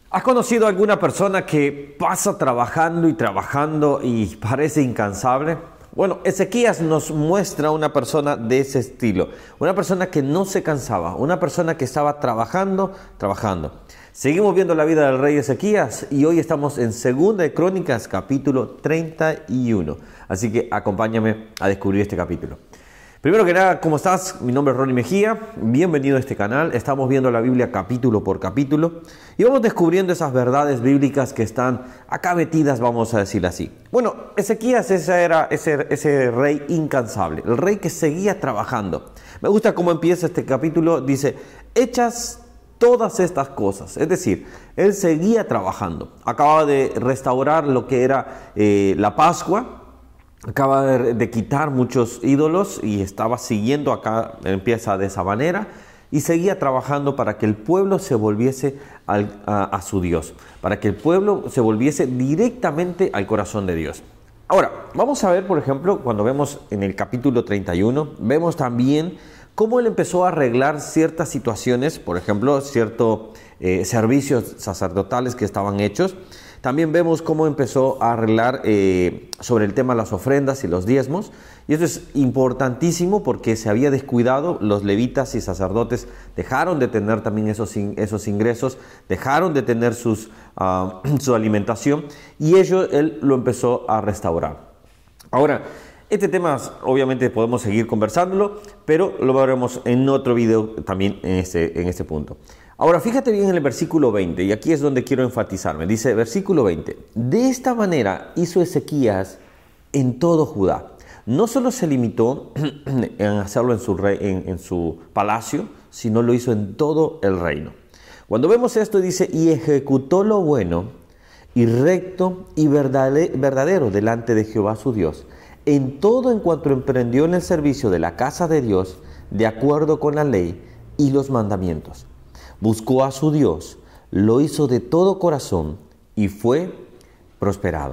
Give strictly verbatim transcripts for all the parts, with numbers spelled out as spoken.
¿Has conocido a alguna persona que pasa trabajando y trabajando y parece incansable? Bueno, Ezequías nos muestra una persona de ese estilo, una persona que no se cansaba, una persona que estaba trabajando, trabajando. Seguimos viendo la vida del rey Ezequías y hoy estamos en Segunda de Crónicas, capítulo treinta y uno. Así que acompáñame a descubrir este capítulo. Primero que nada, ¿cómo estás? Mi nombre es Ronnie Mejía, bienvenido a este canal. Estamos viendo la Biblia capítulo por capítulo y vamos descubriendo esas verdades bíblicas que están acá metidas, vamos a decir así. Bueno, Ezequías ese era ese, ese rey incansable, el rey que seguía trabajando. Me gusta cómo empieza este capítulo, dice, hechas todas estas cosas, es decir, él seguía trabajando, acababa de restaurar lo que era eh, la Pascua. Acaba de, de quitar muchos ídolos y estaba siguiendo acá, empieza de esa manera y seguía trabajando para que el pueblo se volviese al, a, a su Dios, para que el pueblo se volviese directamente al corazón de Dios. Ahora, vamos a ver, por ejemplo, cuando vemos en el capítulo treinta y uno, vemos también cómo él empezó a arreglar ciertas situaciones, por ejemplo, ciertos eh, servicios sacerdotales que estaban hechos. También vemos cómo empezó a arreglar eh, sobre el tema de las ofrendas y los diezmos. Y esto es importantísimo porque se había descuidado, los levitas y sacerdotes dejaron de tener también esos, esos ingresos, dejaron de tener sus, uh, su alimentación y ello él lo empezó a restaurar. Ahora, este tema obviamente podemos seguir conversándolo, pero lo veremos en otro video también en este, en este punto. Ahora, fíjate bien en el versículo veinte, y aquí es donde quiero enfatizarme. Dice, versículo veinte, de esta manera hizo Ezequías en todo Judá. No solo se limitó en hacerlo en su, rey, en, en su palacio, sino lo hizo en todo el reino. Cuando vemos esto dice, y ejecutó lo bueno y recto y verdadero delante de Jehová su Dios, en todo en cuanto emprendió en el servicio de la casa de Dios, de acuerdo con la ley y los mandamientos. Buscó a su Dios, lo hizo de todo corazón y fue prosperado.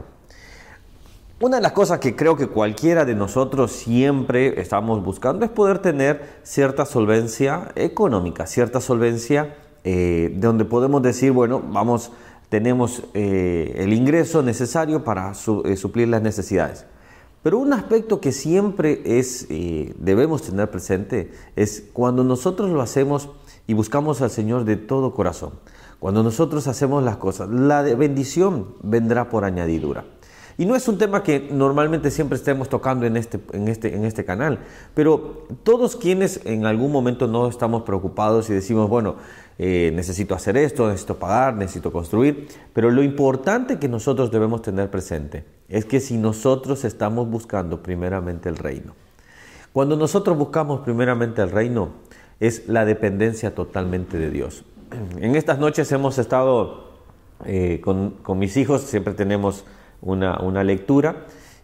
Una de las cosas que creo que cualquiera de nosotros siempre estamos buscando es poder tener cierta solvencia económica, cierta solvencia eh, donde podemos decir, bueno, vamos, tenemos eh, el ingreso necesario para su, eh, suplir las necesidades. Pero un aspecto que siempre es, eh, debemos tener presente es cuando nosotros lo hacemos y buscamos al Señor de todo corazón. Cuando nosotros hacemos las cosas, la bendición vendrá por añadidura. Y no es un tema que normalmente siempre estemos tocando en este, en este, en este canal, pero todos quienes en algún momento no estamos preocupados y decimos, bueno, eh, necesito hacer esto, necesito pagar, necesito construir, pero lo importante que nosotros debemos tener presente es que si nosotros estamos buscando primeramente el reino, cuando nosotros buscamos primeramente el reino, es la dependencia totalmente de Dios. En estas noches hemos estado eh, con, con mis hijos, siempre tenemos una, una lectura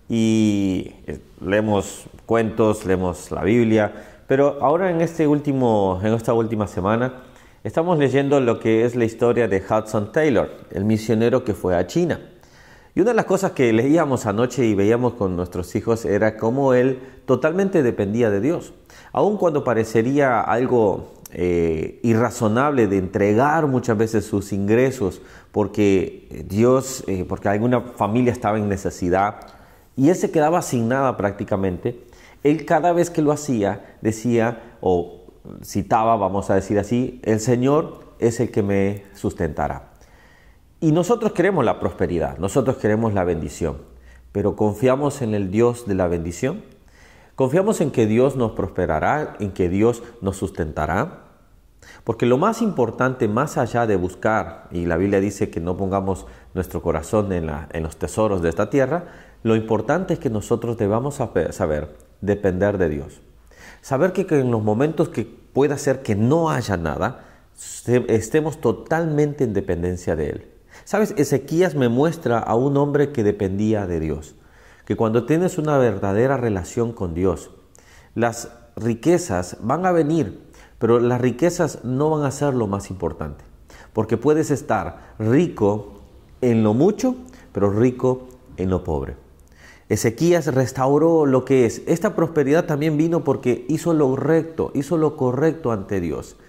y leemos cuentos, leemos la Biblia, pero ahora en, este último, en esta última semana estamos leyendo lo que es la historia de Hudson Taylor, el misionero que fue a China. Y una de las cosas que leíamos anoche y veíamos con nuestros hijos era cómo él totalmente dependía de Dios. Aun cuando parecería algo eh, irrazonable de entregar muchas veces sus ingresos porque Dios, eh, porque alguna familia estaba en necesidad y él se quedaba sin nada prácticamente, él cada vez que lo hacía decía o citaba, vamos a decir así, el Señor es el que me sustentará. Y nosotros queremos la prosperidad, nosotros queremos la bendición, pero ¿confiamos en el Dios de la bendición? ¿Confiamos en que Dios nos prosperará, en que Dios nos sustentará? Porque lo más importante, más allá de buscar, y la Biblia dice que no pongamos nuestro corazón en, la, en los tesoros de esta tierra, lo importante es que nosotros debamos saber, saber depender de Dios. Saber que, que en los momentos que pueda ser que no haya nada, estemos totalmente en dependencia de Él. ¿Sabes? Ezequías me muestra a un hombre que dependía de Dios. Que cuando tienes una verdadera relación con Dios, las riquezas van a venir, pero las riquezas no van a ser lo más importante. Porque puedes estar rico en lo mucho, pero rico en lo pobre. Ezequías restauró lo que es. Esta prosperidad también vino porque hizo lo recto, hizo lo correcto ante Dios.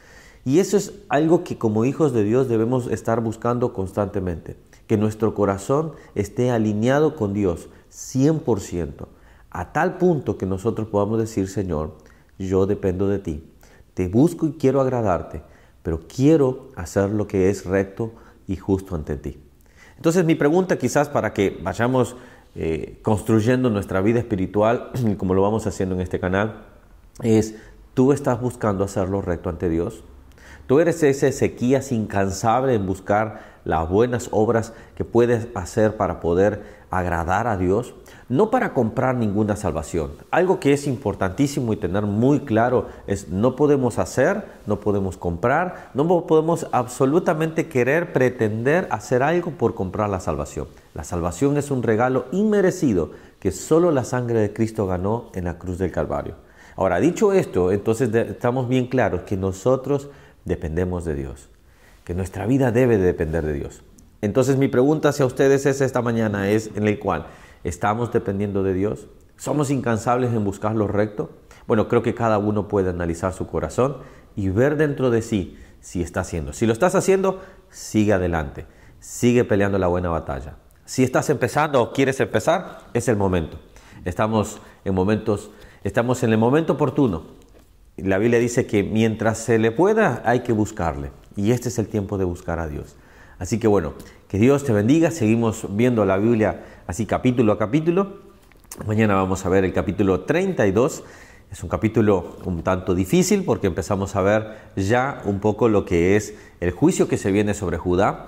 Y eso es algo que como hijos de Dios debemos estar buscando constantemente. Que nuestro corazón esté alineado con Dios cien por ciento. A tal punto que nosotros podamos decir, Señor, yo dependo de ti. Te busco y quiero agradarte, pero quiero hacer lo que es recto y justo ante ti. Entonces mi pregunta quizás para que vayamos eh, construyendo nuestra vida espiritual, como lo vamos haciendo en este canal, es, ¿tú estás buscando hacer lo recto ante Dios? ¿Tú eres ese Ezequías incansable en buscar las buenas obras que puedes hacer para poder agradar a Dios? No para comprar ninguna salvación. Algo que es importantísimo y tener muy claro es no podemos hacer, no podemos comprar, no podemos absolutamente querer pretender hacer algo por comprar la salvación. La salvación es un regalo inmerecido que solo la sangre de Cristo ganó en la cruz del Calvario. Ahora, dicho esto, entonces estamos bien claros que nosotros dependemos de Dios, que nuestra vida debe de depender de Dios. Entonces mi pregunta hacia ustedes es esta mañana, es en el cual ¿estamos dependiendo de Dios? ¿Somos incansables en buscar lo recto? Bueno, creo que cada uno puede analizar su corazón y ver dentro de sí si está haciendo. Si lo estás haciendo, sigue adelante, sigue peleando la buena batalla. Si estás empezando o quieres empezar, es el momento. Estamos en momentos, estamos en el momento oportuno. La Biblia dice que mientras se le pueda, hay que buscarle. Y este es el tiempo de buscar a Dios. Así que bueno, que Dios te bendiga. Seguimos viendo la Biblia así capítulo a capítulo. Mañana vamos a ver el capítulo treinta y dos. Es un capítulo un tanto difícil porque empezamos a ver ya un poco lo que es el juicio que se viene sobre Judá.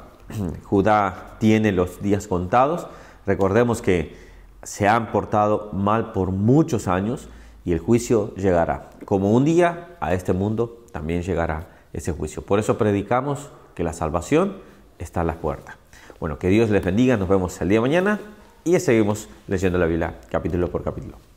Judá tiene los días contados. Recordemos que se han portado mal por muchos años y el juicio llegará. Como un día a este mundo también llegará ese juicio. Por eso predicamos que la salvación está a las puertas. Bueno, que Dios les bendiga. Nos vemos el día de mañana y seguimos leyendo la Biblia capítulo por capítulo.